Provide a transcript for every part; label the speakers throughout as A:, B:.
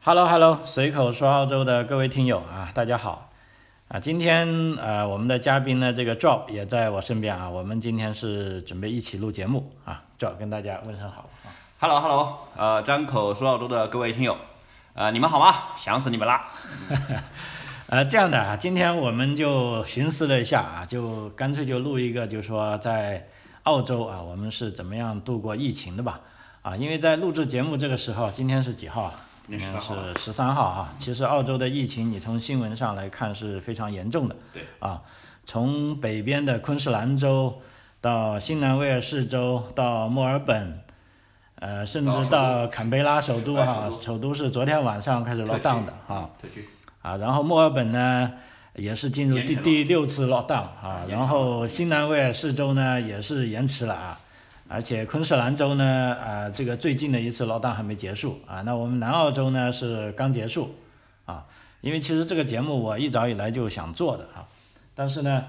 A: Hello，随口说澳洲的各位听友啊，大家好啊！今天我们的嘉宾呢，这个 Job 也在我身边啊，我们今天是准备一起录节目啊。Job 跟大家问声好啊。
B: Hello，张口说澳洲的各位听友，你们好吗？想死你们啦！
A: 这样的啊，今天我们就寻思了一下啊，就干脆就录一个，就是说在澳洲啊，我们是怎么样度过疫情的吧？啊，因为在录制节目这个时候，今天是几号啊？今天是13号啊。其实澳洲的疫情，你从新闻上来看是非常严重的。
B: 对
A: 啊，从北边的昆士兰州到新南威尔士州到墨尔本，甚至到坎贝拉首都哈，首都是昨天晚上开始 lockdown 的啊。然后墨尔本呢也是进入第6次 lockdown 啊，然后新南威尔士州呢也是延迟了啊。而且昆士兰州呢，这个最近的一次 lockdown 还没结束啊。那我们南澳洲呢是刚结束啊。因为其实这个节目我一早以来就想做的啊，但是呢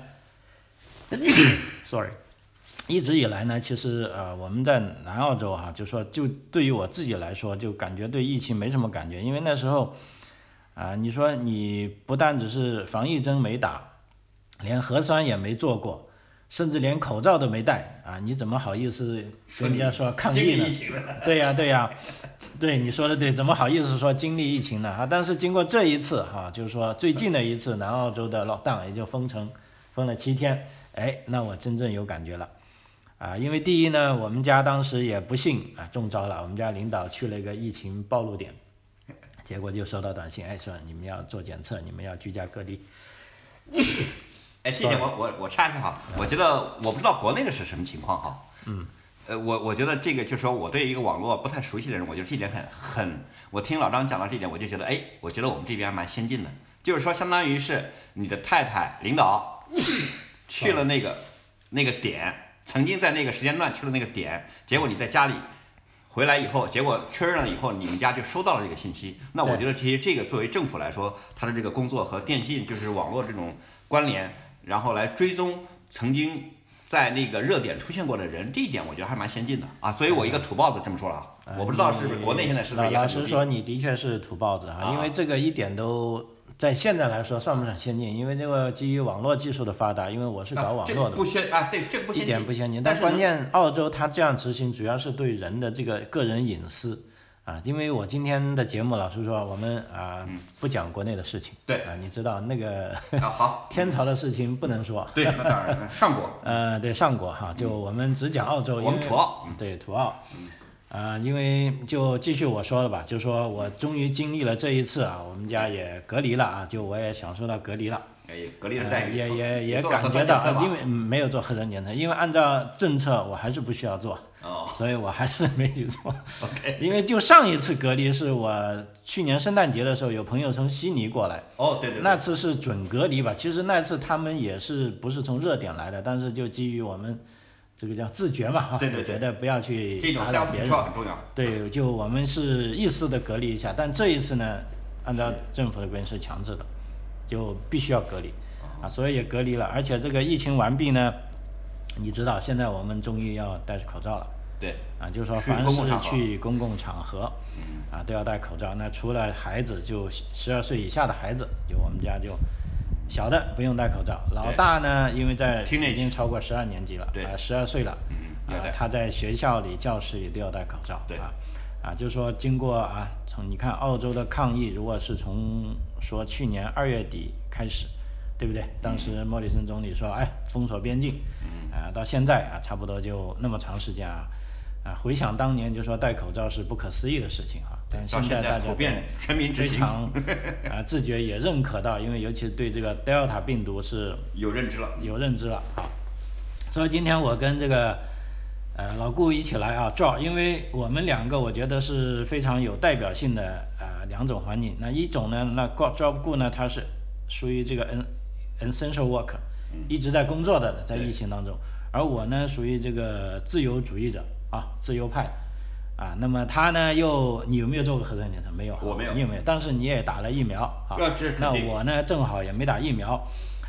A: ，sorry， 一直以来呢，其实我们在南澳洲哈，就说就对于我自己来说，就感觉对疫情没什么感觉，因为那时候你说你不但只是防疫针没打，连核酸也没做过。甚至连口罩都没戴啊！你怎么好意思跟人家说抗疫呢？对呀，对你说的对，怎么好意思说经历疫情呢？啊，但是经过这一次哈，就是说最近的一次南澳洲的 lockdown， 也就封了7天，那我真正有感觉了啊！因为第一呢，我们家当时也不幸中招了，我们家领导去了一个疫情暴露点，结果就收到短信，说你们要做检测，你们要居家隔离。
B: 谢谢我插一下哈，我觉得我不知道国内的是什么情况哈。我觉得这个就是说我对一个网络不太熟悉的人，我觉得这点我听老张讲到这点，我就觉得我觉得我们这边还蛮先进的，就是说相当于是你的太太领导去了那个点，曾经在那个时间段去了那个点，结果你在家里回来以后，结果确认了以后，你们家就收到了这个信息。那我觉得这个作为政府来说，它的这个工作和电信就是网络这种关联。然后来追踪曾经在那个热点出现过的人，这一点我觉得还蛮先进的啊。所以我一个土包子这么说了啊，我不知道是不是国内现在是不是也很
A: 老实说，你的确是土包子因为这个一点都在现在来说算不上先进，因为这个基于网络技术的发达，因为我是搞网络的，
B: 这不先进，
A: 一点不先进。但关键澳洲它这样执行，主要是对人的这个个人隐私。因为我今天的节目，老实说，我们不讲国内的事情。
B: 对
A: 你知道那个
B: 好
A: 天朝的事情不能说。
B: 对，那当然上国。
A: 对上国哈，就我们只讲澳洲，
B: 我们土澳。
A: 对土澳。因为就继续我说了吧，就说我终于经历了这一次我们家也隔离了就我也享受到隔离了。
B: 隔离的待遇。
A: 也感觉到因为没有做核酸检测，因为按照政策我还是不需要做。所以我还是没去做。因为就上一次隔离是我去年圣诞节的时候，有朋友从悉尼过来。
B: 对。
A: 那次是准隔离吧？其实那次他们也是不是从热点来的，但是就基于我们这个叫自觉嘛
B: 对，
A: 觉得不要去
B: 打扰别人。很重要。
A: 对，就我们是意思的隔离一下，但这一次呢，按照政府的规定是强制的，就必须要隔离所以也隔离了。而且这个疫情完毕呢，你知道现在我们终于要戴着口罩了。
B: 对
A: 就是说凡是去公共场合都要戴口罩。那除了孩子，就12岁以下的孩子，就我们家就小的不用戴口罩，老大呢，因为已经超过12年级了，12岁了他在学校里教室里都要戴口罩。就是说经过从你看澳洲的抗疫，如果是从说去年2月底开始，对不对？当时莫里森总理说封锁边境到现在差不多就那么长时间回想当年，就说戴口罩是不可思议的事情但现在大家
B: 普遍全民执行，
A: 非常自觉，也认可到，因为尤其对这个 Delta 病毒是
B: 有认知了
A: 所以今天我跟这个老顾一起来Job，因为我们两个我觉得是非常有代表性的两种环境。那一种呢，那 Job 顾呢，他是属于这个 essential work，一直在工作的，在疫情当中。而我呢，属于这个自由主义者自由派那么他呢你有没有做过核酸检测？没有。
B: 我没有。
A: 你有没有？但是你也打了疫苗那我呢正好也没打疫苗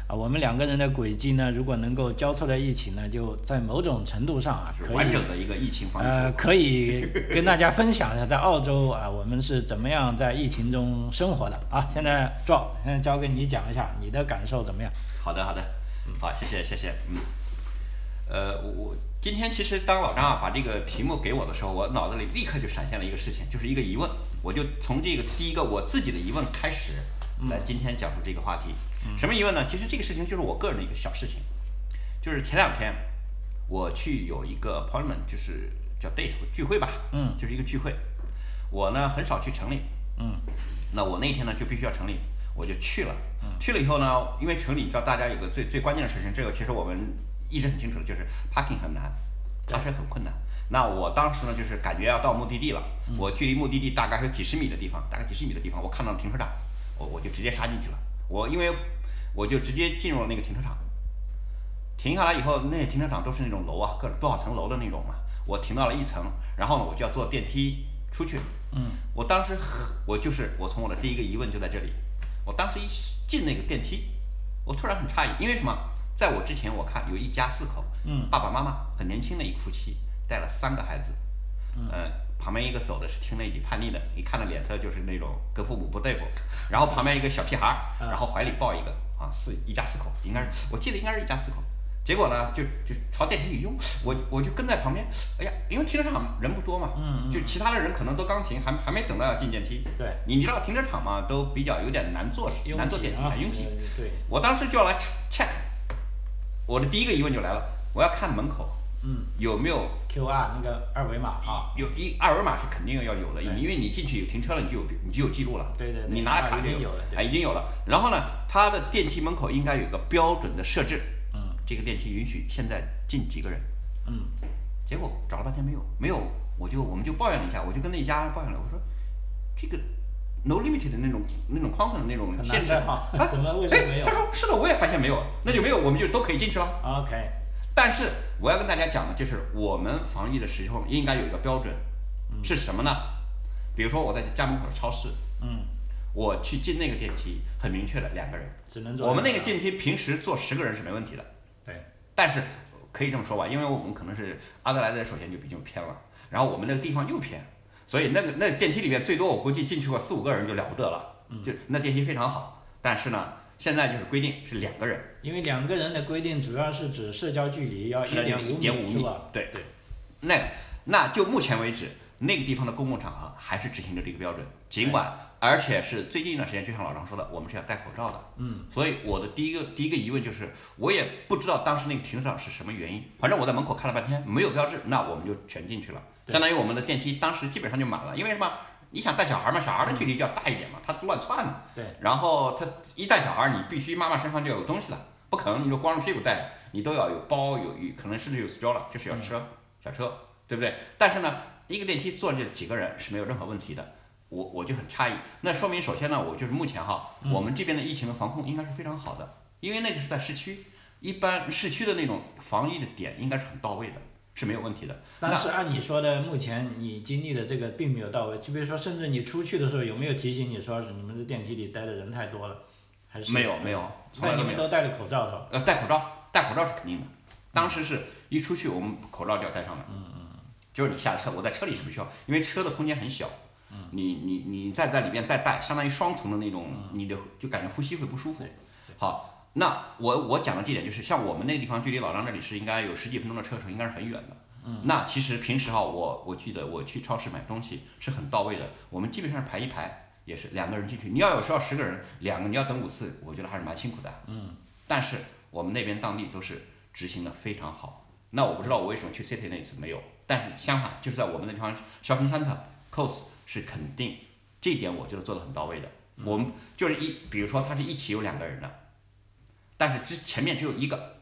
A: 我们2个人的轨迹呢，如果能够交错在一起呢，就在某种程度上
B: 是完整的一个疫情防疫
A: 可以跟大家分享一下在澳洲我们是怎么样在疫情中生活的啊。现在交给你讲一下你的感受怎么样？
B: 好的，好，谢谢。我今天其实当老张把这个题目给我的时候，我脑子里立刻就闪现了一个事情，就是一个疑问，我就从这个第一个我自己的疑问开始，在今天讲述这个话题。什么疑问呢？其实这个事情就是我个人的一个小事情，就是前2天我去有一个 appointment， 就是叫 date 聚会吧，就是一个聚会。我呢很少去城里，那我那天呢就必须要城里，我就去了。去了以后呢，因为城里你知道大家有个最关键的事情，这个其实我们一直很清楚的，就是 parking 很难，趴车很困难。那我当时呢就是感觉要到目的地了，我距离目的地大概有几十米的地方，我看到了停车场，我就直接杀进去了。因为我就直接进入了那个停车场，停下来以后，那停车场都是那种楼各种多少层楼的那种嘛。我停到了1层，然后呢我就要坐电梯出去。我当时我从我的第一个疑问就在这里，我当时一进那个电梯，我突然很诧异，因为什么？在我之前我看有一家4口，爸爸妈妈很年轻的一夫妻，带了3个孩子，旁边一个走的是听了一句叛逆的，一看的脸色就是那种跟父母不对付，然后旁边一个小屁孩，然后怀里抱一个一家4口，我记得应该是一家4口。结果呢就朝电梯里用，我就跟在旁边，哎呀，因为停车场人不多嘛，就其他的人可能都刚停，还没等到要进电梯。
A: 对，
B: 你知道停车场嘛，都比较有点难坐电梯，很拥挤。
A: 对，
B: 我当时就要来 check， 我的第一个疑问就来了，我要看门口。有没有
A: QR 那个2维码
B: 有2维码是肯定要有的，因为你进去有停车了，你就有记录了。
A: 对，
B: 你拿了卡就
A: 有了，
B: 已经有了。然后呢，它的电梯门口应该有个标准的设置，这个电梯允许现在进几个人。结果找了半天没有，我们就抱怨了一下，我就跟那家抱怨了，我说这个 no limit 的那种框的那种限制
A: 怎么为什么没有？
B: 他说是的，我也发现没有，那就没有，我们就都可以进去了。
A: OK。
B: 但是我要跟大家讲的就是，我们防疫的时候应该有一个标准，是什么呢？比如说我在家门口的超市，我去进那个电梯，很明确的2个人，
A: 只能坐。
B: 我们那个电梯平时坐10个人是没问题的。
A: 对。
B: 但是可以这么说吧，因为我们可能是阿德莱德首先就比较偏了，然后我们那个地方又偏，所以那电梯里面最多我估计进去过4、5个人就了不得了，就那电梯非常好。但是呢，现在就是规定是2个人，
A: 因为2个人的规定主要是指社交距离要1.5米是吧？
B: 对。那就目前为止，那个地方的公共场合还是执行着这个标准，尽管而且是最近一段时间，就像老张说的，我们是要戴口罩的。所以我的第一个疑问就是，我也不知道当时那个停车场是什么原因，反正我在门口看了半天没有标志，那我们就全进去了，相当于我们的电梯当时基本上就满了，因为什么？你想带小孩嘛，小孩的距离就要大一点嘛，他乱窜嘛。
A: 对。
B: 然后他一带小孩，你必须妈妈身上就有东西了，不可能你就光着屁股带，你都要有包，可能甚至有 stroller，就是要小车，对不对？但是呢，一个电梯坐这几个人是没有任何问题的，我就很诧异。那说明首先呢，我就是目前我们这边的疫情的防控应该是非常好的，因为那个是在市区，一般市区的那种防疫的点应该是很到位的。是没有问题的，
A: 但是按你说的，目前你经历的这个并没有到位。就比如说，甚至你出去的时候，有没有提醒你说是你们的电梯里待的人太多了？还是
B: 没有，
A: 那你们都戴了口罩是吧？
B: 戴口罩是肯定的。当时是一出去，我们口罩就要戴上的。就是你下车，我在车里是不需要，因为车的空间很小。你再在里面再戴，相当于双层的那种，你的就感觉呼吸会不舒服。好。那我讲的这点就是，像我们那个地方距离老张这里是应该有10几分钟的车程，应该是很远的。那其实平时我记得我去超市买东西是很到位的，我们基本上是排一排，也是2个人进去。你要有时候10个人，2个你要等5次，我觉得还是蛮辛苦的。但是我们那边当地都是执行的非常好。那我不知道我为什么去 City 那次没有，但是相反就是在我们那地方 Shopping Center、Coles 是肯定这一点我觉得做的很到位的。我们就是比如说它是一起有2个人的。但是前面只有一个，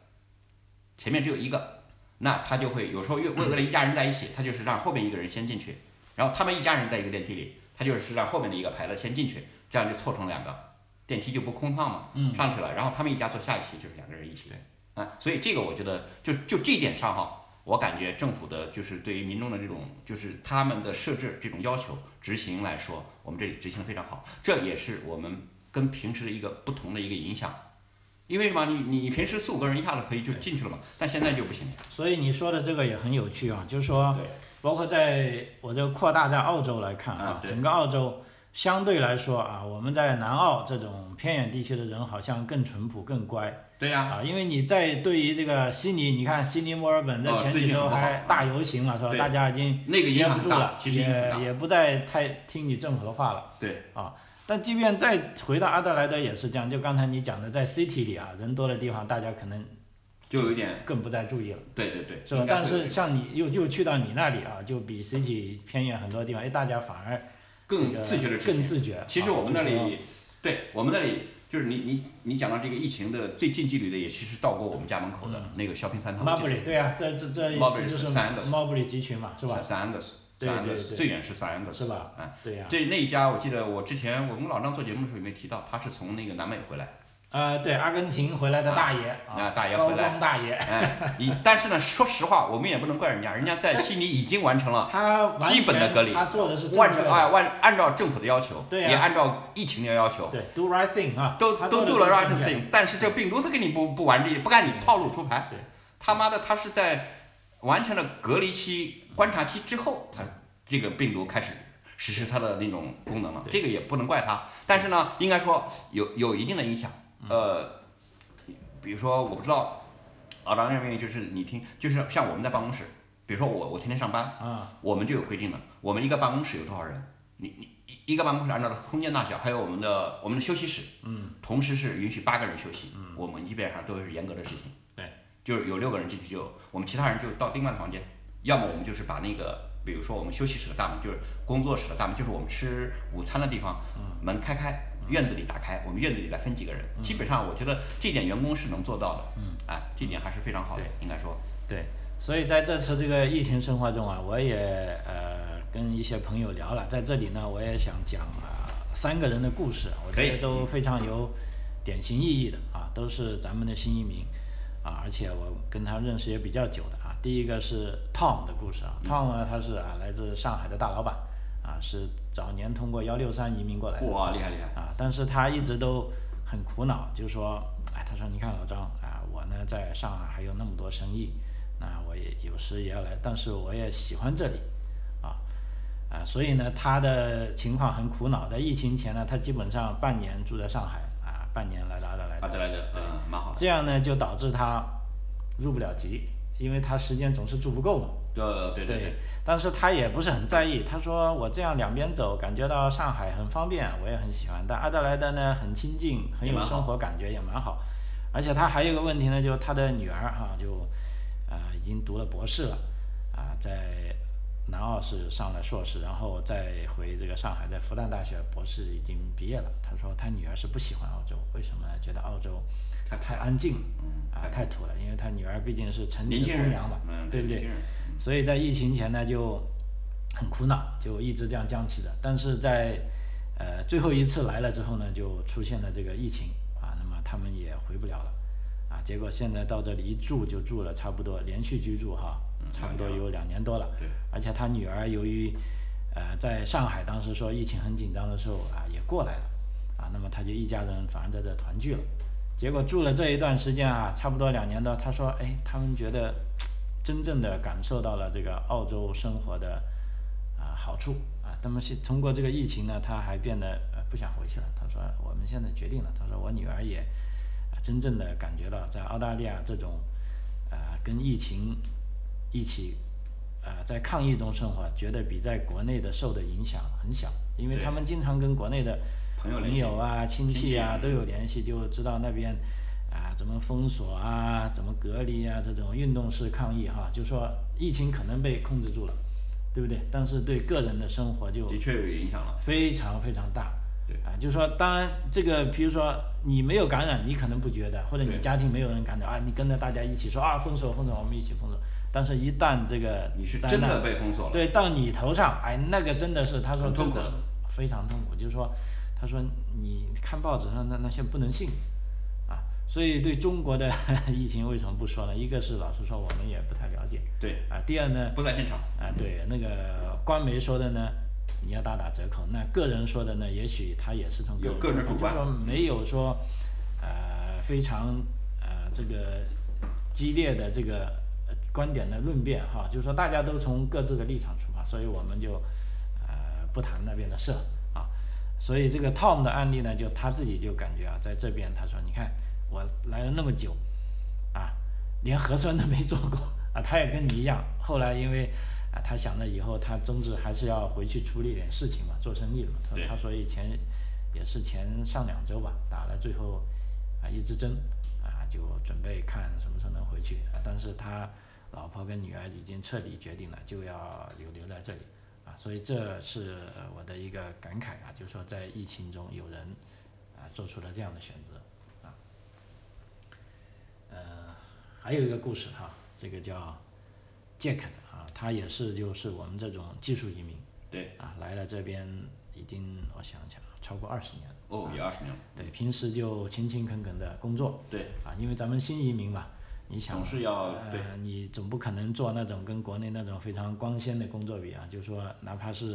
B: 那他就会有时候为了一家人在一起，他就是让后面一个人先进去，然后他们一家人在一个电梯里，他就是让后面的一个排了先进去，这样就凑成2个，电梯就不空荡嘛，上去了，然后他们一家坐下一期就是2个人一起，所以这个我觉得就这一点上我感觉政府的就是对于民众的这种就是他们的设置这种要求执行来说，我们这里执行的非常好，这也是我们跟平时的一个不同的一个影响。 因为什么？你平时4、5个人一下子可以就进去了嘛，但现在就不行。
A: 所以你说的这个也很有趣啊，就是说，包括在我这扩大在澳洲来看啊，整个澳洲相对来说啊，我们在南澳这种偏远地区的人好像更淳朴、更乖。
B: 对呀。
A: 因为你在对于这个悉尼，你看悉尼、墨尔本在前几周还大游行了，是吧？大家已经憋不住了，也不再太听你政府的话了。
B: 对。
A: 但即便再回到阿德莱德也是这样，就刚才你讲的，在 city 里啊，人多的地方，大家可能
B: 就有点
A: 更不再注意了。
B: 对，
A: 是吧？但是像你又去到你那里啊，就比 city 偏远很多地方，大家反而
B: 更自觉的
A: 更自觉。
B: 其实我们那里，对我们那里就是你讲到这个疫情的最近距离的，也其实到过我们家门口的那个 shopping center。
A: Marbury 对啊，这一次就是 Marbury 集群嘛，是吧
B: ？St Angus，最远是 St Angus，
A: 是吧？对呀。
B: 对那一家，我记得我之前我跟老张做节目的时候有没有提到，他是从那个南美回来。
A: 对，阿根廷回来的大爷
B: 大爷回来，
A: 高光大爷。
B: 但是呢，说实话，我们也不能怪人家，人家在悉尼已经完成了基本的隔离，
A: 他做的是
B: 按照政府的要求，
A: 也
B: 按照疫情的要求，
A: 对 ，do right thing 啊，
B: 都 do 了 right thing， 但是这个病毒他给你不完利，不按你套路出牌，
A: 对，
B: 他妈的他是在完成了隔离期、观察期之后，他这个病毒开始实施它的那种功能了，这个也不能怪他，但是呢，应该说有一定的影响。比如说我不知道，老张认为就是你听，就是像我们在办公室，比如说我天天上班，我们就有规定了，我们一个办公室有多少人，你一个办公室按照空间大小，还有我们的休息室，同时是允许8个人休息，我们基本上都是严格的事情，
A: 对，
B: 就是有6个人进去我们其他人就到另外的房间，要么我们就是把那个，比如说我们休息室的大门，就是工作室的大门，就是我们吃午餐的地方，门开，院子里打开，我们院子里来分几个人，基本上我觉得这点员工是能做到的，这点还是非常好的，应该说。
A: 对，所以在这次这个疫情生活中啊，我也跟一些朋友聊了，在这里呢，我也想讲3个人的故事，我觉得都非常有典型意义的都是咱们的新移民而且我跟他认识也比较久的第一个是 Tom 的故事Tom 呢，他是来自上海的大老板是早年通过163移民过来的。
B: 哇，厉害
A: 但是他一直都很苦恼，就是说，他说你看老张我呢在上海还有那么多生意，那我也有时也要来，但是我也喜欢这里所以呢他的情况很苦恼，在疫情前呢，他基本上半年住在上海半年来阿德莱德，
B: 对，蛮好的。
A: 这样呢就导致他入不了籍，因为他时间总是住不够嘛。
B: 对，
A: 但是他也不是很在意，他说我这样两边走，感觉到上海很方便，我也很喜欢，但阿德莱德呢很亲近，很有生活感觉，也蛮好。而且他还有一个问题呢，就是他的女儿就已经读了博士了在南澳是上了硕士，然后再回这个上海，在复旦大学博士已经毕业了。他说他女儿是不喜欢澳洲，为什么呢？觉得澳洲太安静太土了，因为他女儿毕竟是城里的公羊嘛，对不对？所以在疫情前呢就很苦恼，就一直这样僵持着。但是在最后一次来了之后呢，就出现了这个疫情那么他们也回不了了结果现在到这里一住就住了差不多连续居住差不多有2年多了。而且他女儿由于在上海当时说疫情很紧张的时候也过来了那么他就一家人反而在这团聚了。结果住了这一段时间差不多2年多，他说他们觉得真正的感受到了这个澳洲生活的好处那么通过这个疫情呢，他还变得不想回去了。他说我们现在决定了，他说我女儿也真正的感觉到在澳大利亚这种跟疫情一起在抗疫中生活，觉得比在国内的受的影响很小，因为他们经常跟国内的朋友亲戚都有联系，就知道那边怎么封锁怎么隔离这种运动式抗议就说疫情可能被控制住了，对不对？但是对个人的生活就
B: 的确有影响了，
A: 非常非常大。就是说当然这个比如说你没有感染，你可能不觉得，或者你家庭没有人感染你跟着大家一起说封锁我们一起封锁，但是一旦这个
B: 你是真的被封锁了，
A: 对，到你头上那个真的是他说
B: 痛苦
A: 非常痛苦，就是说他说你看报纸上那些不能信所以对中国的疫情为什么不说呢？一个是老实说我们也不太了解，
B: 对
A: 第二呢
B: 不在现场
A: 对，那个官媒说的呢你要打折扣，那个人说的呢也许他也是从
B: 有个人主观，
A: 就是说没有说非常这个激烈的这个观点的论辩哈，就是说大家都从各自的立场出发，所以我们就不谈那边的事啊。所以这个 Tom 的案例呢，就他自己就感觉啊，在这边他说，你看我来了那么久啊，连核酸都没做过啊，他也跟你一样。后来因为他想着以后他宗旨还是要回去处理点事情嘛，做生意嘛。他说也是前上2周吧，打了最后1支针就准备看什么时候能回去但是他老婆跟女儿已经彻底决定了，就要留在这里所以这是我的一个感慨就是说在疫情中有人做出了这样的选择还有一个故事这个叫 Jack 的他也是就是我们这种技术移民，
B: 对
A: 来了这边已经我想想超过20年了。
B: 也20年了。
A: 对，平时就勤勤恳恳的工作。
B: 对
A: 因为咱们新移民嘛，你想
B: 总是要
A: 你总不可能做那种跟国内那种非常光鲜的工作比就是说哪怕是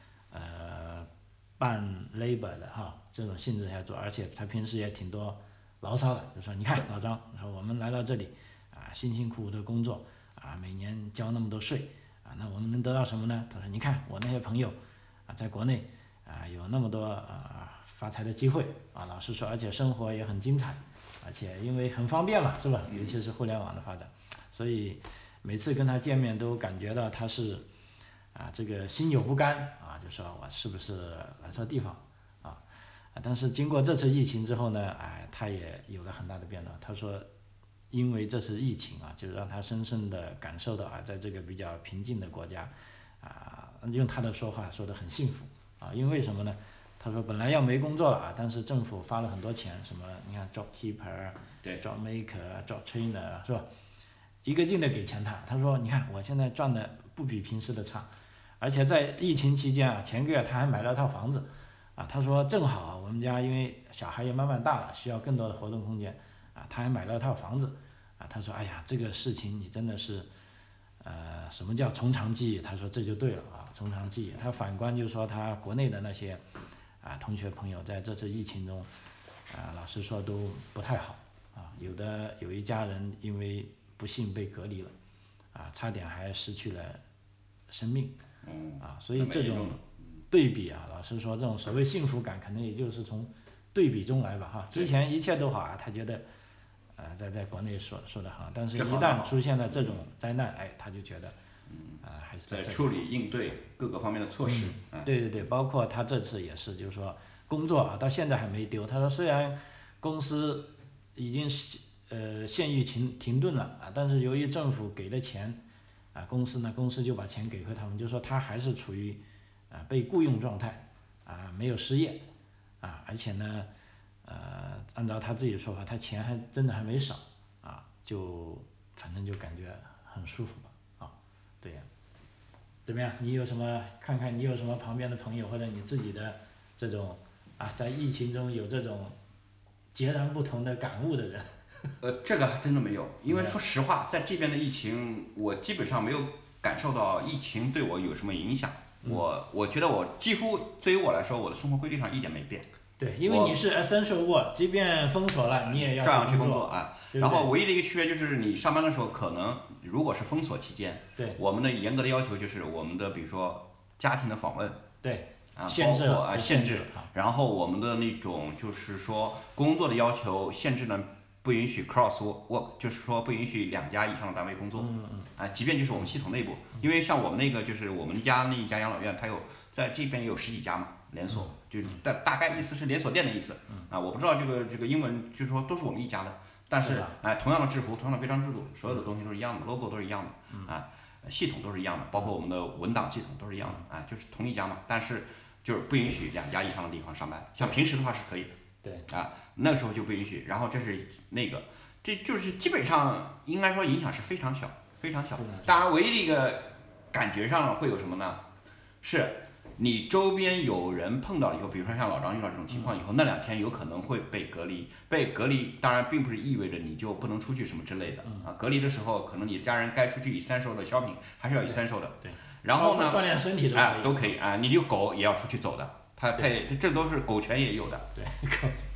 A: 办 labor 的这种性质要做，而且他平时也挺多牢骚的，就说你看老张，说我们来到这里辛辛苦苦的工作每年交那么多税那我们能得到什么呢？他说你看我那些朋友在国内有那么多发财的机会老实说，而且生活也很精彩，而且因为很方便嘛，是吧？尤其是互联网的发展，所以每次跟他见面都感觉到他是这个心有不甘就说我是不是来错地方但是经过这次疫情之后呢他也有了很大的变化。他说因为这次疫情就让他深深的感受到在这个比较平静的国家用他的说话说得很幸福因为什么呢？他说本来要没工作了但是政府发了很多钱，什么你看 job keeper
B: 对
A: job maker job trainer 是吧，一个劲的给钱他说你看我现在赚的不比平时的差，而且在疫情期间前个月他还买了套房子他说正好我们家因为小孩也慢慢大了，需要更多的活动空间他还买了套房子他说哎呀这个事情你真的是什么叫从长计议？他说这就对了从长计议。他反观就是说他国内的那些同学朋友在这次疫情中老实说都不太好有一家人因为不幸被隔离了差点还失去了生命所以这种对比老实说这种所谓幸福感可能也就是从对比中来吧之前一切都好他觉得在国内说得好，但是一旦出现了这种灾难他就觉得还是
B: 在处理应对各个方面的措施
A: 对，包括他这次也是就是说工作到现在还没丢。他说虽然公司已经现役停顿了但是由于政府给的钱公司就把钱给回他们，就是说他还是处于被雇佣状态没有失业而且呢按照他自己的说法，他钱还真的还没少就反正就感觉很舒服吧对呀怎么样？你有什么看看你有什么旁边的朋友或者你自己的这种在疫情中有这种截然不同的感悟的人？
B: 这个还真的没有，因为说实话，在这边的疫情，我基本上没有感受到疫情对我有什么影响。我觉得我几乎对于我来说，我的生活规律上一点没变。
A: 对，因为你是 essential work， 即便封锁了，你也要
B: 照样去工
A: 作对对。
B: 然后唯一的一个区别就是你上班的时候，可能如果是封锁期间，
A: 对，
B: 我们的严格的要求就是我们的比如说家庭的访问，
A: 对，
B: 限制，
A: 啊。
B: 然后我们的那种就是说工作的要求限制呢，不允许 cross work， 就是说不允许2家以上的单位工作。即便就是我们系统内部，因为像我们那个就是我们家那一家养老院，它有在这边也有10几家嘛，连锁，就是大概意思是连锁店的意思。我不知道这个英文就是说都是我们一家的，但是同样的制服，同样的规章制度，所有的东西都是一样的，logo 都是一样的系统都是一那包括我们的文档系统都是一样的就是同一家嘛，但是就是不允许2家以上的地方上班，像平时的话是可以的。
A: 对
B: 那个时候就不允许，然后这是那个，这就是基本上应该说影响是非常小，非常小。当然，唯一的一个感觉上会有什么呢？是你周边有人碰到以后，比如说像老张遇到这种情况以后，那2天有可能会被隔离。被隔离当然并不是意味着你就不能出去什么之类的隔离的时候，可能你的家人该出去essential的 shopping 还是要essential的。
A: 对。
B: 然后呢？
A: 锻炼身体
B: 都可以你的狗也要出去走的。这都是狗权也有的。
A: 对，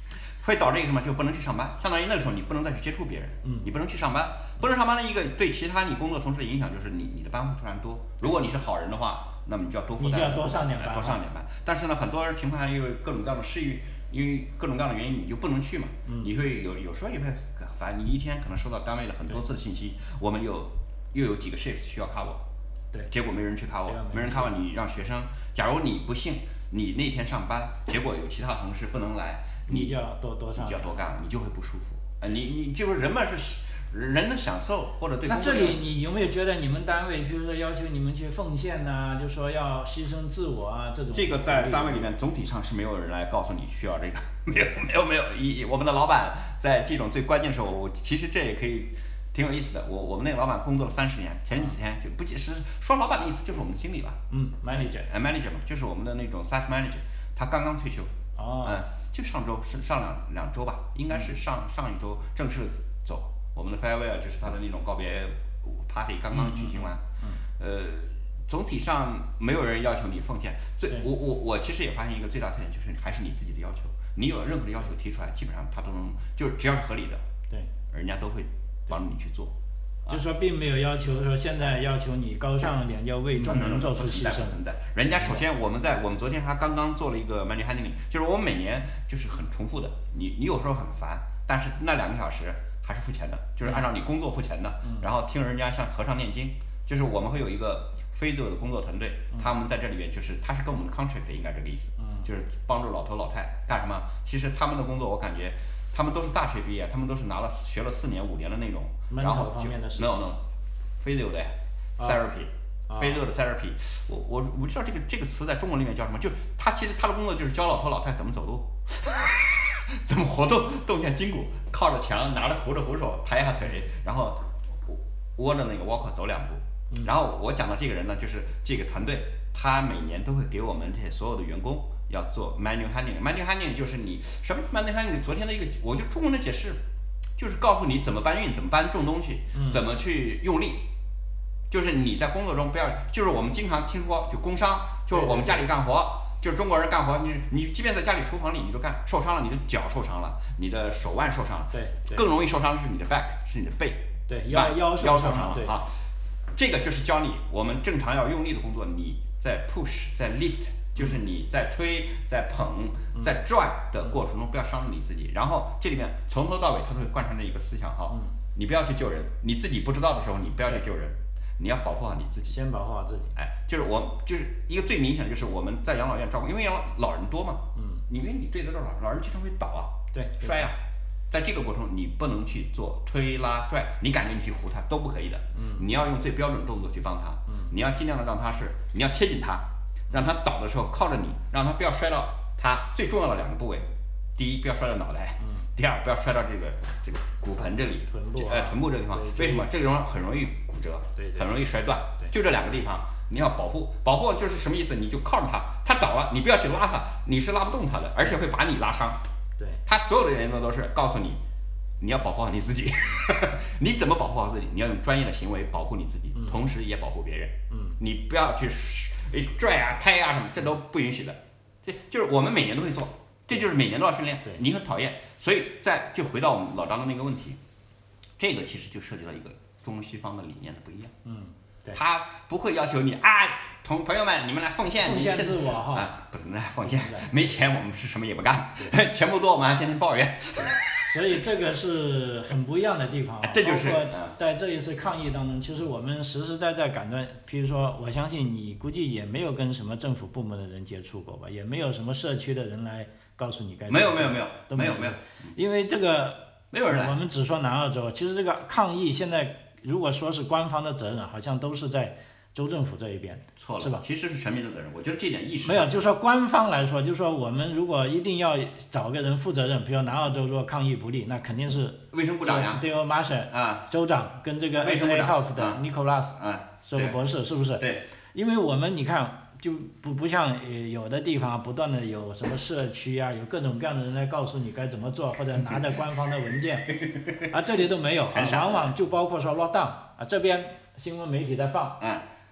B: 会导致一个什么，就不能去上班，相当于那个时候你不能再去接触别人，你不能去上班，不能上班的一个对其他你工作同事的影响就是你的班会突然多，如果你是好人的话，那么你就要多负担，
A: 你就要多上点班，
B: 但是呢，很多情况下因为各种各样的因为各种各样的原因，你就不能去嘛，你会有时候也会很烦，你一天可能收到单位的很多次的信息，我们又有几个 shift 需要 cover，
A: 对，
B: 结果没人去 cover， 没人 cover， 你让学生，假如你不幸你那天上班，结果有其他同事不能来，
A: 你就要多上，
B: 你就要多干了，你就会不舒服。你就是人们是人的享受或者对。
A: 那这里你有没有觉得你们单位，比如说要求你们去奉献呐，就说要牺牲自我啊这种？
B: 这个在单位里面总体上是没有人来告诉你需要这个，没有。我们的老板在这种最关键的时候，其实这也可以挺有意思的。我们那个老板工作了30年，前几天就不仅是说老板的意思，就是我们经理吧。manager 嘛，就是我们的那种 site manager， 他刚刚退休。就上两周吧，应该是上一周正式走。我们的 farewell 就是他的那种告别 party 刚刚举行完。总体上没有人要求你奉献。我其实也发现一个最大特点，就是还是你自己的要求。你有任何的要求提出来，基本上他都能，就是只要是合理的，
A: 对，
B: 人家都会帮你去做。
A: 就是说并没有要求说现在要求你高尚一点，要为众人做出牺牲。
B: 不存在。人家首先我们昨天还刚刚做了一个 manual handling， 就是我们每年就是很重复的，你有时候很烦，但是那2个小时还是付钱的，就是按照你工作付钱的，然后听人家像和尚念经。就是我们会有一个非洲的工作团队，他们在这里边就是他是跟我们的 contract 应该这个意思，就是帮助老头老太干什么？其实他们的工作我感觉。他们都是大学毕业，他们都是学了4年5年的那种，然后就没有非洲的 therapy， 非洲的 therapy， 我不知道这个词在中文里面叫什么，就其实他的工作就是教老头老太怎么走路，怎么活动一下筋骨，靠着墙拿着扶手抬一下腿，然后窝着那个 walker 走2步。然后我讲到这个人呢，就是这个团队，他每年都会给我们这些所有的员工。要做 manual handling，manual handling 就是你什么 manual handling？ 昨天的一个，我就中文的解释，就是告诉你怎么搬运，怎么搬重东西，怎么去用力。就是你在工作中不要，就是我们经常听说就工伤，就是我们家里干活，就是中国人干活，你即便在家里厨房里，你都干受伤了，你的脚受伤了，你的手腕受伤了，
A: 对，
B: 更容易受伤的是你的 back， 是你的背，
A: 对，腰受
B: 伤了啊。这个就是教你我们正常要用力的工作，你在 push， 在 lift。就是你在推、在捧、在拽的过程中，不要伤了你自己。然后这里面从头到尾，它都会贯穿着一个思想哈，你不要去救人，你自己不知道的时候，你不要去救人，你要保护好你自己。
A: 先保护好自己。
B: 就是一个最明显的，就是我们在养老院照顾，因为老人多嘛，因为你对得着老人经常会倒啊，
A: 对，
B: 摔啊，在这个过程中你不能去做推拉拽，你感觉你去扶他都不可以的，你要用最标准的动作去帮他，你要尽量的让他你要贴紧他。让他倒的时候靠着你，让他不要摔到他最重要的2个部位。第一，不要摔到脑袋；第二，不要摔到这个骨盆这里，臀部这个地方。为什么？这个地方很容易骨折，很容易摔断。就这2个地方，你要保护。保护就是什么意思？你就靠着他倒了，你不要去拉他，你是拉不动他的，而且会把你拉伤。
A: 对，
B: 他所有的原则都是告诉你，你要保护好你自己。你怎么保护好自己？你要用专业的行为保护你自己，同时也保护别人。你不要去。拽啊、拍啊什么，这都不允许的。这就是我们每年都会做，这就是每年都要训练。你很讨厌，所以就回到我们老张的那个问题，这个其实就涉及到一个中西方的理念的不一样。
A: 对。
B: 他不会要求你朋友们，你们来奉献
A: 自我哈。
B: 不能来奉献，没钱我们是什么也不干，钱不多我们还天天抱怨。
A: 所以这个是很不一样的地方，
B: 这就是
A: 包括在这一次抗疫当中，其实我们实实在在感觉，譬如说，我相信你估计也没有跟什么政府部门的人接触过吧，也没有什么社区的人来告诉你该怎么做。
B: 没有，
A: 因为这个
B: 没有人来。
A: 我们只说南澳洲，其实这个抗疫现在如果说是官方的责任，好像都是在州政府这一边，
B: 错了，
A: 是吧？
B: 其实是全民的责任，我觉得这点意识
A: 没有，就是说官方来说，就是说我们如果一定要找个人负责任，比如南澳洲如果抗疫不力，那肯定是
B: 卫生部长呀
A: ，Steve Marshall 州长跟这个 SA Health 的 Nicholas 这个博士，是不是？
B: 对。
A: 因为我们你看，就不像有的地方不断的有什么社区啊，有各种各样的人来告诉你该怎么做，或者拿着官方的文件，这里都没有，往往就包括说 lockdown 这边新闻媒体在放。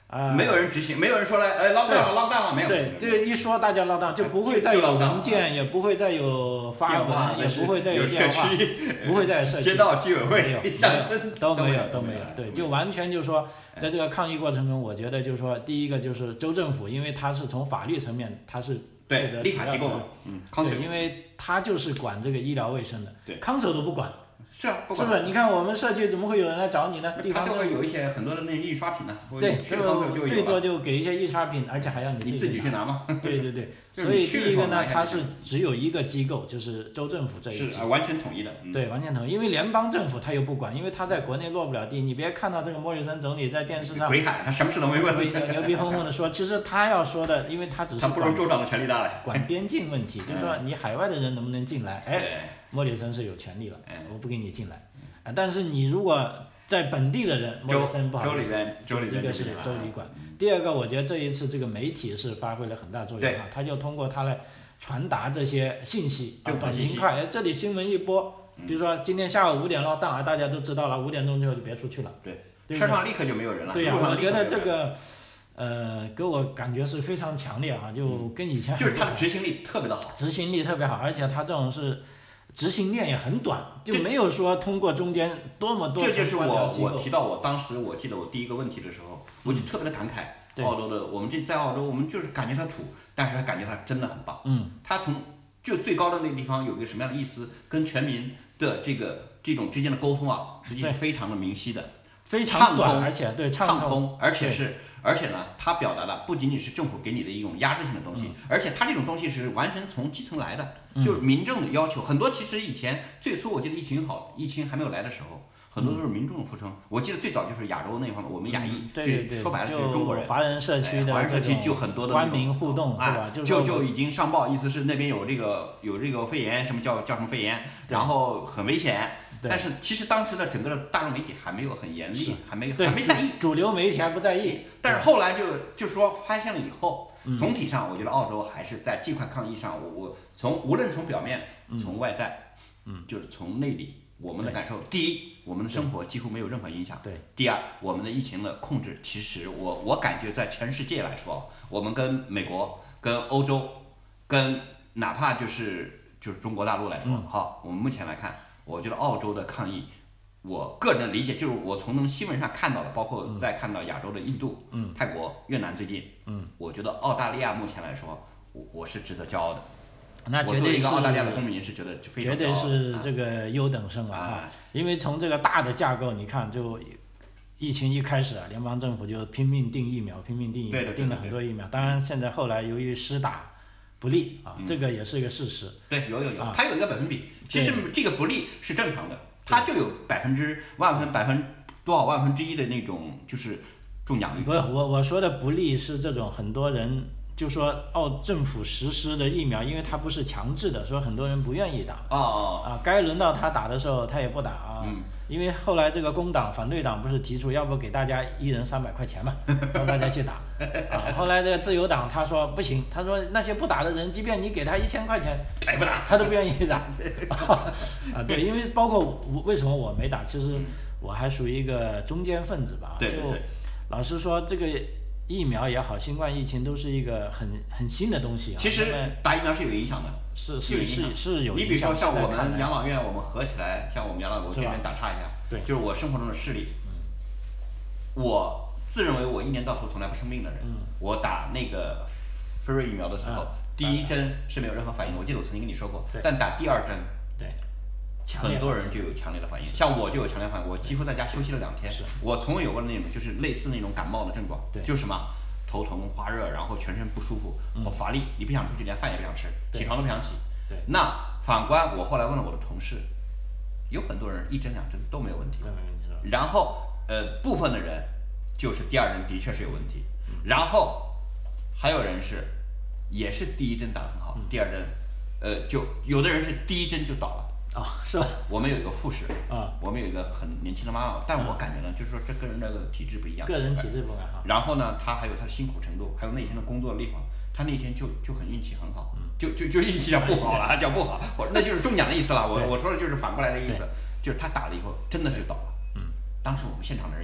B: 没有人执行，没有人说来lock down 了，没有。
A: 对，这一说大家lock down，就不会再有文件，也不会再有发文，也不会再有电话，不会再有社区、
B: 街道居委会、乡村
A: 都没有。对，就完全就是说，在这个抗议过程中，我觉得就是说，第一个就是州政府，因为它是从法律层面，它是
B: 对立法机构，
A: 对，因为它就是管这个医疗卫生的，
B: 对，
A: 康首都不管。
B: 是啊，
A: 是不是？你看我们社区怎么会有人来找你呢？
B: 他就会有一些很多的那些印刷品呢。
A: 对，最多就给一些印刷品，而且还要你
B: 自己去拿吗？
A: 对，所以第一个呢，它是只有一个机构，就是州政府这一级。
B: 是完全统一的。
A: 对，完全统一，因为联邦政府他又不管，因为他在国内落不了地。你别看到这个莫里森总理在电视上
B: 鬼喊，他什么事都没问，
A: 牛逼哄哄的说，其实他要说的，因为他只是
B: 他不如州长的权力大嘞。
A: 管边境问题，就是说你海外的人能不能进来？莫里森是有权利了，我不给你进来。但是你如果在本地的人，莫里森不好意思，一个是州里管，第二个我觉得这一次这个媒体是发挥了很大作用他就通过它来传达这些信息，短平快，这里新闻一播，比如说今天下午5点lock down，大家都知道了5点钟之后就别出去了，
B: 对，车上立刻就没有人了。
A: 对呀，我觉得这个给我感觉是非常强烈就跟以前
B: 就是它的执行力特别的好，
A: 而且它这种是。执行链也很短，就没有说通过中间多么多。
B: 这就是我提到我当时我记得我第一个问题的时候，我就特别的感慨，澳洲的我们在澳洲我们就是感觉它土，但是他感觉它真的很棒。它从就最高的那个地方有一个什么样的意思，跟全民的这种之间的沟通实际是非常的明晰的，
A: 非常短，而且畅
B: 通，而且呢，它表达的不仅仅是政府给你的一种压制性的东西，而且它这种东西是完全从基层来的，就是民众的要求。很多其实以前最初我记得疫情还没有来的时候，很多都是民众的呼声。我记得最早就是亚洲那方面，我们亚裔，
A: 对，
B: 说白了就是中国人，
A: 华人社区的
B: 就很多的
A: 官民互动，是吧？
B: 就已经上报，意思是那边有这个肺炎，什么叫什么肺炎，然后很危险。但是其实当时的整个的大众媒体还没有很严厉，还没在意，
A: 主流媒体还不在意。
B: 但是后来就说发现了以后，总体上我觉得澳洲还是在这块抗议上，我无论从表面，从外在，就是从内里，我们的感受，第一，我们的生活几乎没有任何影响；第二，我们的疫情的控制，其实我感觉在全世界来说，我们跟美国、跟欧洲、跟哪怕就是中国大陆来说，我们目前来看。我觉得澳洲的抗议，我个人的理解就是我从新闻上看到的，包括再看到亚洲的印度、泰国、越南最近，我觉得澳大利亚目前来说，我是值得骄傲的。
A: 那绝对是。我作
B: 为一个澳大利亚的公民是觉得非常骄傲。
A: 绝对是这个优等生因为从这个大的架构，你看就疫情一开始联邦政府就拼命订疫苗，订了很多疫苗。当然现在后来由于施打不利这个也是一个事实。
B: 对，有，它有一个百分比。其实这个不利是正常的，它就有百分之多少万分之一的那种就是中奖率。
A: 不是我说的不利是这种很多人就说澳政府实施的疫苗，因为它不是强制的，所以很多人不愿意打。该轮到他打的时候他也不打因为后来这个工党反对党不是提出要不给大家1人300块钱嘛，让大家去打后来这个自由党他说不行，他说那些不打的人，即便你给他1000块钱，他都不愿意打对，因为包括为什么我没打，其实我还属于一个中间分子吧，
B: 就
A: 老实说这个疫苗也好，新冠疫情都是一个很新的东西
B: 其实打疫苗是有影响的，
A: 是有影响。
B: 你比如说像我们养老院，我们合起来，像我们养老，我这边打岔一下，就是我生活中的事例。我自认为我一年到头从来不生病的人，我打那个辉瑞疫苗的时候，第1针是没有任何反应的，我记得我曾经跟你说过，但打第2针，很多人就有强烈的反应，像我就有强烈反应，我几乎在家休息了2天。我从未有过那种就是类似那种感冒的症状，就是什么头疼、发热，然后全身不舒服，好乏力，你不想出去，连饭也不想吃，起床都不想起。那反观我后来问了我的同事，有很多人1针2针都没有问题，然后部分的人就是第2针的确是有问题，然后还有人也是第1针打得很好，第2针就有的人是第1针就倒了。
A: 是吧？
B: 我们有一个护士我们有一个很年轻的妈妈，但我感觉呢，就是说这个人的体质不一样，
A: 个人体质不一样
B: 然后呢，他还有他的辛苦程度，还有那天的工作力量，他那天就很运气很好，就运气叫不好了，叫不好，那就是中奖的意思了。我说的就是反过来的意思，就是他打了以后真的就倒了。当时我们现场的人也是很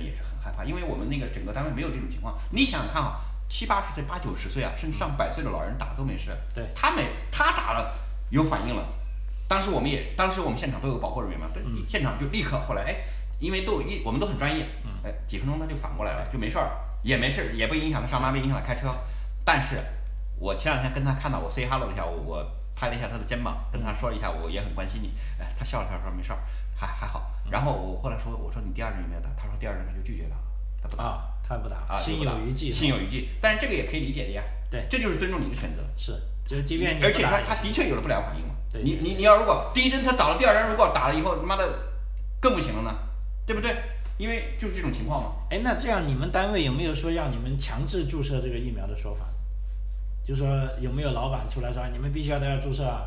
B: 害怕，因为我们那个整个单位没有这种情况。你想想看啊，70、80岁、80、90岁啊，甚至上100岁的老人打都没事，
A: 对，
B: 他打了有反应了。当时我们现场都有保护人员嘛，对，现场就立刻后来因为我们都很专业，几分钟他就反过来了，就没事儿，也没事，也不影响他上班，不影响他开车。但是我前2天跟他看到我 say hello 了一下，我拍了一下他的肩膀，跟他说了一下我也很关心你，他笑了笑说没事儿，还好。然后我后来我说你第2针有没有打？他说第2针他就拒绝打了，他不打
A: 啊，他不打，心有余悸，
B: 心有余悸。但是这个也可以理解的呀，
A: 对，
B: 这就是尊重你的选择，
A: 是，就是即便你
B: 而且他的确有了不良反应嘛。
A: 对，
B: 你要如果第1针他打了，第2针如果打了以后他妈的更不行了呢，对不对？因为就是这种情况嘛。
A: 那这样你们单位有没有说让你们强制注射这个疫苗的说法？就说有没有老板出来说你们必须都要注射啊？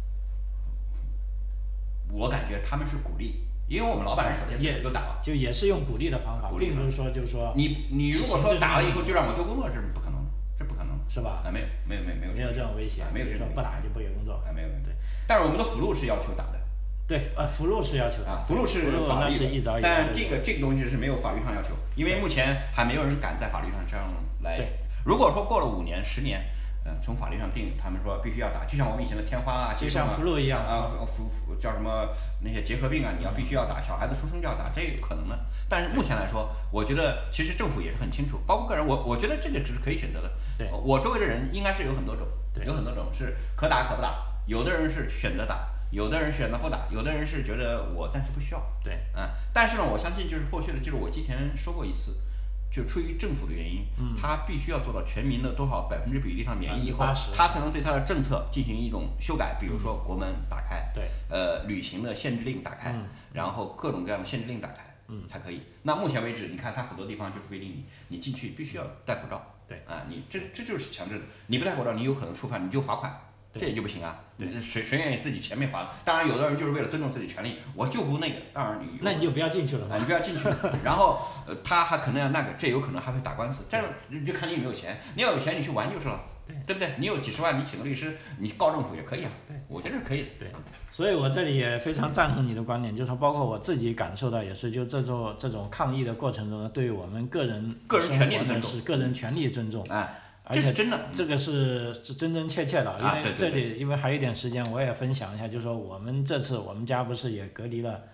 B: 我感觉他们是鼓励，因为我们老板人首先就打了，
A: 就也是用鼓励的方法，并不是说就是说
B: 你如果说打了以后就让我丢工作，这是不可能的，这不可能的，
A: 是吧？
B: 没有
A: 这种威胁，
B: 没有这种
A: 说不打就不给工作，
B: 没有
A: 对。
B: 但是我们的辅路是要求打的，
A: 对，辅路是要求的，
B: 辅路是法律
A: 的，
B: 但这个东西是没有法律上要求，因为目前还没有人敢在法律上这样来。如果说过了5年、10年。从法律上定，他们说必须要打，就像我们以前的天花啊，
A: 就像福禄一样
B: 叫什么那些结核病啊，你要必须要打，小孩子出生就要打，这有可能的。但是目前来说，我觉得其实政府也是很清楚，包括个人，我觉得这个只是可以选择的。
A: 对，
B: 我周围的人应该是有很多种，有很多种是可打可不打，有的人是选择打，有的人选择不打，有的人是觉得我暂时不需要。
A: 对，
B: 但是呢，我相信就是后续的，就是我之前说过一次。就出于政府的原因，他必须要做到全民的多少%比例上免疫以后，他才能对他的政策进行一种修改，比如说国门打开，
A: 对，
B: 旅行的限制令打开，然后各种各样的限制令打开，才可以。那目前为止，你看他很多地方就是规定你进去必须要戴口罩，
A: 对，
B: 你这就是强制的，你不戴口罩，你有可能触犯，你就罚款。这也就不行啊！谁愿意自己前面罚？当然，有的人就是为了尊重自己权利，我就不那个。当然
A: 那你就不要进去了嘛，
B: 你不要进去。然后他还可能要那个，这有可能还会打官司。这就看你有没有钱。你要有钱，你去玩就是了，对不对？你有几十万，你请个律师，你告政府也可以啊。
A: 对，
B: 我觉得是可以的。
A: 对，所以我这里也非常赞同你的观点，就是说，包括我自己感受到也是，就这种抗疫的过程中呢，对于我们个人
B: 权利的尊重，
A: 是个人权利尊重。而且
B: 真的，
A: 这个是真真切切的，因为这里因为还有一点时间，我也分享一下，就是说我们这次我们家不是也隔离了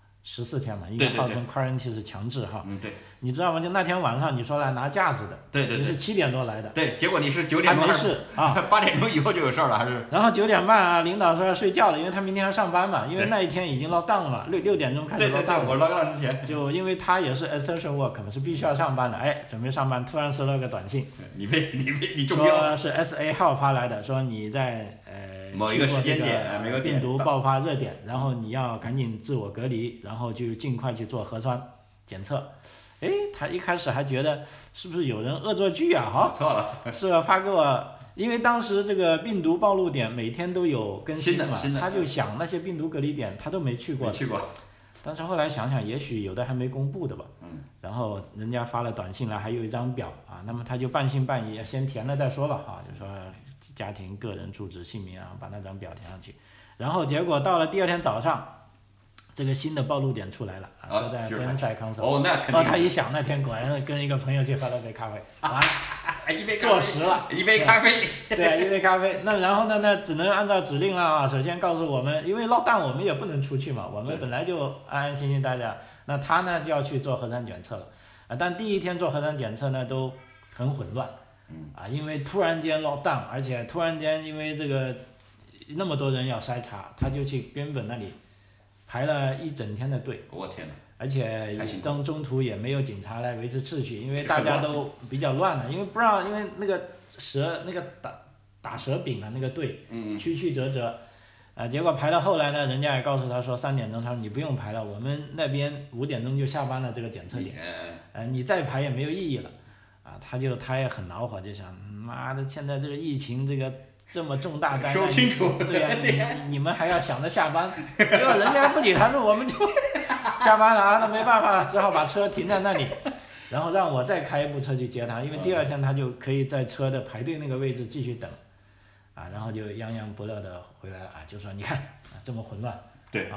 A: 14天嘛，因为号称 quarantine 是强制哈。
B: 对。
A: 你知道吗？就那天晚上你说来拿架子的，
B: 对，
A: 你是7点多来的，
B: 对，结果你是9点多
A: 还没事啊
B: ，8点钟以后就有事儿了还是？
A: 然后9点半啊，领导说要睡觉了，因为他明天要上班嘛，因为那一天已经lock down了嘛，6点钟开始lock down。
B: 我lock down之前。
A: 就因为他也是 essential work 嘛，是必须要上班的，准备上班，突然收到个短信，
B: 你中标了。
A: 说是 SA 号发来的，说你在
B: 某一个时间点，每个
A: 病毒爆发热点，然后你要赶紧自我隔离，然后就尽快去做核酸检测。他一开始还觉得是不是有人恶作剧啊？哈，
B: 错了，
A: 是吧？发给我，因为当时这个病毒暴露点每天都有更新嘛，他就想那些病毒隔离点他都没去过。但是后来想想，也许有的还没公布的吧。然后人家发了短信来，还有一张表啊，那么他就半信半疑，先填了再说吧哈，就说家庭个人住址姓名啊，把那张表填上去。然后结果到了第2天早上。这个新的暴露点出来了，说在边塞康省。
B: 那肯定。
A: 他一想，那天果然跟一个朋友去喝了杯咖啡，
B: 一杯
A: 坐实了，
B: 一杯咖啡。
A: 对，一杯咖啡。那然后呢？那只能按照指令了啊。首先告诉我们，因为落单我们也不能出去嘛，我们本来就安安心心待着。那他呢就要去做核酸检测了，但第1天做核酸检测呢都很混乱，因为突然间落单，而且突然间因为这个那么多人要筛查，他就去边本那里。排了一整天的队，
B: 我天哪！
A: 而且中途也没有警察来维持秩序，因为大家都比较乱了，因为不知道，因为那个那个打蛇饼啊那个队，曲曲折折，结果排到后来呢，人家也告诉他说3点钟，他说你不用排了，我们那边5点钟就下班了这个检测点，你再排也没有意义了，他也很恼火，就想妈的现在这个疫情这么重大灾难，
B: 说清楚。
A: 对呀，你们还要想着下班，结果人家不理他，说我们就下班了啊，那没办法了，只好把车停在那里，然后让我再开一部车去接他，因为第2天他就可以在车的排队那个位置继续等，然后就洋洋不乐的回来了就说你看这么混乱，
B: 对
A: 啊，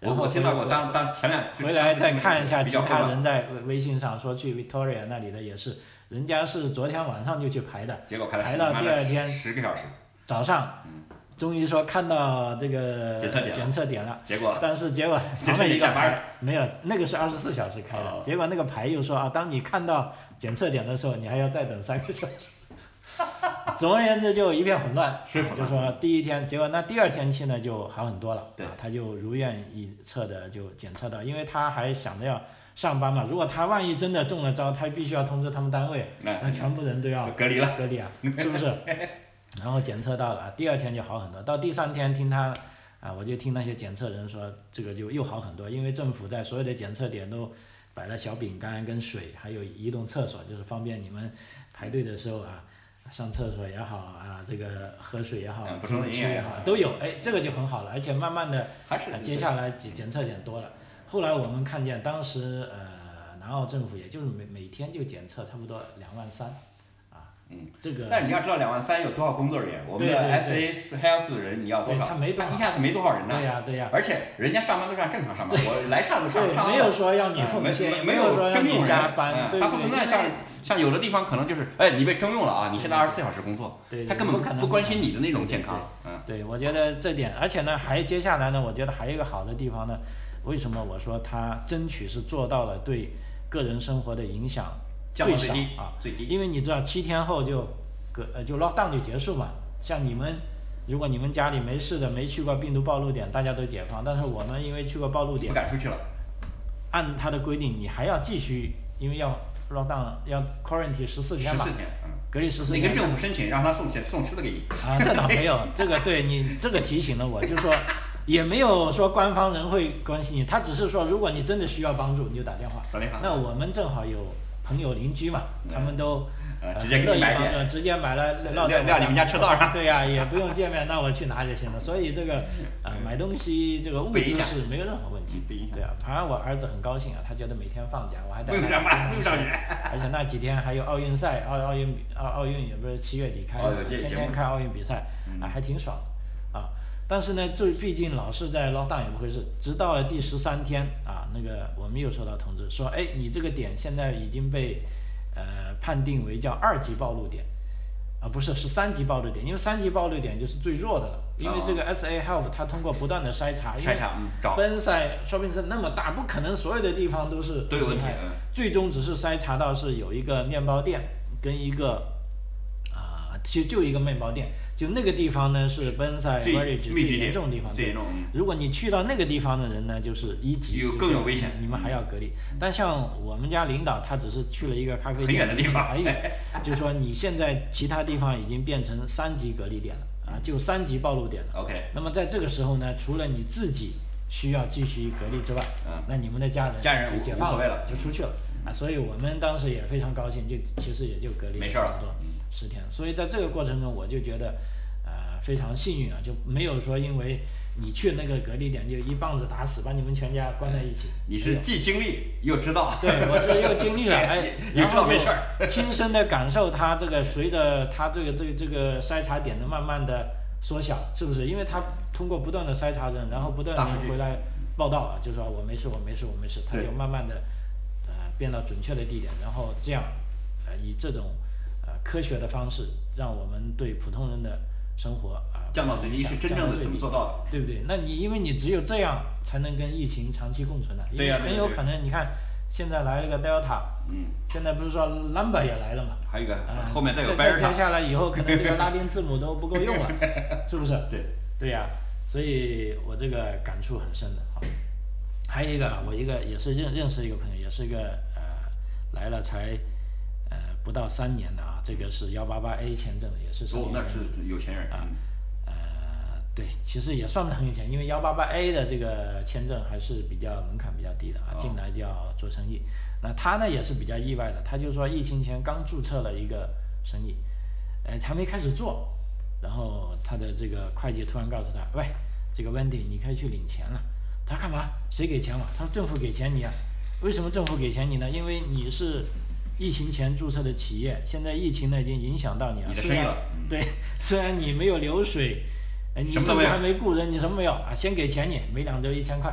A: 然后
B: 我听到过，前两
A: 回来再看一下其他
B: 人
A: 人在微信上说去 Victoria 那里的也是，人家是昨天晚上就去排的，
B: 结果
A: 排到第二天
B: 10个小时，
A: 早上，终于说看到这个检测点了，
B: 结果
A: 旁边一个牌没有，那个是24小时开的，结果那个牌又说啊，当你看到检测点的时候，你还要再等3个小时。总而言之就一片混乱，就说第一天，结果那第二天去呢就好很多了，他就如愿以偿的就检测到，因为他还想着要上班嘛，如果他万一真的中了招，他必须要通知他们单位，那全部人都要
B: 隔离啊，
A: 是不是？然后检测到了，第二天就好很多，到第3天听他我就听那些检测人说这个就又好很多，因为政府在所有的检测点都摆了小饼干跟水，还有移动厕所，就是方便你们排队的时候上厕所也好这个喝水也好，吃也好都有，这个就很好了，而且慢慢的接下来检测点多了。后来我们看见当时南澳政府也就是每天就检测差不多23000。这个。
B: 但是你要知道23000有多少工作人员，我们的 SA Health 人你要多少？
A: 他一
B: 下子没多少人呢。
A: 对呀。
B: 而且人家上班都是按正常上班，我来上就上。
A: 没有说要你奉献，
B: 没
A: 有说
B: 征用
A: 加班，
B: 他不存在像有的地方可能就是你被征用了啊，你现在24小时工作，他根本不关心你的那种健康。
A: 对，我觉得这点，而且呢接下来呢，我觉得还有一个好的地方呢，为什么我说他争取是做到了对个人生活的影响最少
B: 最低，
A: 因为你知道7天后就 lockdown 就结束嘛，像你们如果你们家里没事的，没去过病毒暴露点，大家都解放，但是我们因为去过暴露点，
B: 不敢出去了，
A: 按他的规定你还要继续，因为要 lockdown 要 quarantine 14天嘛，隔离14天，
B: 你跟政府申请让他送吃的给你
A: 这倒没有，这个对你这个提醒了我，就说也没有说官方人会关心你，他只是说如果你真的需要帮助你就打电话，那我们正好有朋友邻居嘛，他们都
B: 直接给你买点，
A: 直接买了撂
B: 你们家车道上，
A: 对呀，也不用见面，那我去拿就行了。所以这个买东西这个物资是没有任何问题，对啊。反正我儿子很高兴他觉得每天放假，我还带他
B: 不用上学，
A: 而且那几天还有奥运赛，奥运也不是7月底开的，天天看奥运比赛，还挺爽但是呢，这毕竟老是在 lockdown 也不回事，直到了第13天那个我们又收到通知说，你这个点现在已经被判定为叫2级暴露点，不是3级暴露点，因为3级暴露点就是最弱的了，因为这个 SA Health 它通过不断的筛查，奔赛说不定是那么大，不可能所有的地方都
B: 有问题，
A: 最终只是筛查到是有一个面包店跟一个其实就一个面包店，就那个地方呢是奔赛 village 最严重的地方，如果你去到那个地方的人呢，就是1级，
B: 更有危险，
A: 你们还要隔离。但像我们家领导，他只是去了一个咖啡店，
B: 很远的地方，
A: 就是说你现在其他地方已经变成3级隔离点了就3级暴露点了。
B: OK。
A: 那么在这个时候呢，除了你自己需要继续隔离之外，那你们的家人就解放了，就出去了所以我们当时也非常高兴，其实也就隔离了差不多10天。所以在这个过程中，我就觉得非常幸运就没有说因为你去那个隔离点就一棒子打死把你们全家关在一起。
B: 你是既经历又知道。
A: 对，我是又经历了
B: 又知道没事
A: 儿，亲身的感受它这个随着它这个筛查点的慢慢的缩小，是不是？因为它通过不断的筛查人，然后不断的回来报道就说我没事，它就慢慢的变到准确的地点，然后这样以这种科学的方式，让我们对普通人的生活
B: 降到最低是真正的怎么做到的？
A: 对不对？那因为你只有这样才能跟疫情长期共存因为很有可能你看现在来了个 Delta，现在不是说 Lambda 也来了嘛？
B: 还有一个后面再有
A: 再接下来以后可能这个拉丁字母都不够用了，是不是？对呀，所以我这个感触很深的还有一个我也是认识一个朋友，也是一个来了才不到3年的这个是188A 签证的，也是
B: 那是有钱人
A: 对，其实也算不上很有钱，因为188A 的这个签证还是门槛比较低的进来就要做生意。那他呢也是比较意外的，他就说疫情前刚注册了一个生意，还没开始做，然后他的这个会计突然告诉他，喂，这个Wendy你可以去领钱了。他干嘛？谁给钱我？他说政府给钱你为什么政府给钱你呢？因为你是疫情前注册的企业，现在疫情呢已经影响到你
B: 的生意了。
A: 对，虽然你没有流水，你甚至还没雇人，你什么没有先给钱你，每2周1000块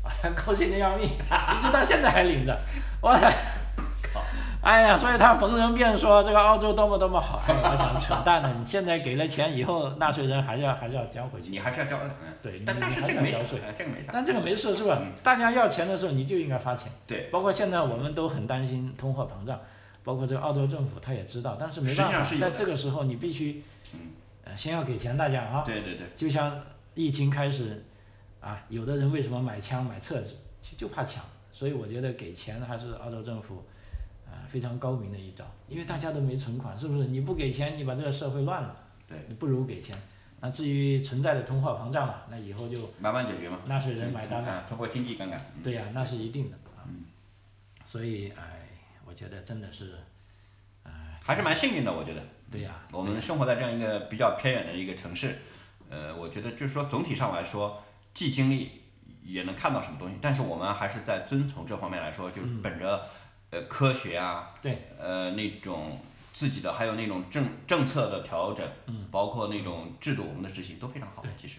A: 他高兴的要命，一直到现在还领着，我操！哎呀，所以他逢人便说这个澳洲多么多么好。哎，我想扯淡的，你现在给了钱以后，纳税人还是要交回去。
B: 你还是要交，
A: 对，
B: 但是这个没事，这个没啥。
A: 但这个没事是吧？大家要钱的时候你就应该发钱。
B: 对。
A: 包括现在我们都很担心通货膨胀，包括这个澳洲政府他也知道，但是没办法，在这个时候你必须，先要给钱大家啊。
B: 对对对。
A: 就像疫情开始，有的人为什么买枪买册子，就怕抢，所以我觉得给钱还是澳洲政府。非常高明的一招，因为大家都没存款，是不是？你不给钱，你把这个社会乱了。
B: 对。
A: 你不如给钱。那至于存在的通货膨胀嘛，那以后就
B: 慢慢解决嘛。
A: 纳税人买单嘛。
B: 通过经济杠杆。
A: 对呀，那是一定的所以我觉得真的是，
B: 还是蛮幸运的，我觉得。
A: 对呀。
B: 我们生活在这样一个比较偏远的一个城市，我觉得就是说总体上来说，既经历也能看到什么东西，但是我们还是在遵从这方面来说，就本着。科学啊，
A: 对，
B: 那种自己的，还有那种政策的调整，包括那种制度，我们的执行都非常好。其实，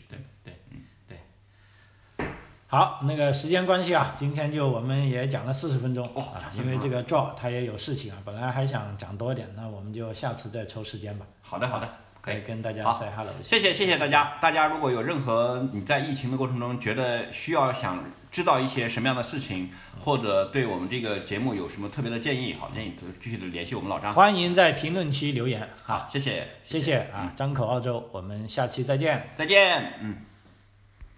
A: 好，那个时间关系今天就我们也讲了40分钟因为这个 Joe 他也有事情本来还想讲多点，那我们就下次再抽时间吧。
B: 好的，
A: 可以跟大家 say hello。
B: 谢谢大家。大家如果有任何你在疫情的过程中觉得需要想知道一些什么样的事情，或者对我们这个节目有什么特别的建议，好建议继续的联系我们老张。
A: 欢迎在评论区留言。
B: 好，谢谢
A: 张口澳洲，我们下期再见。
B: 再见。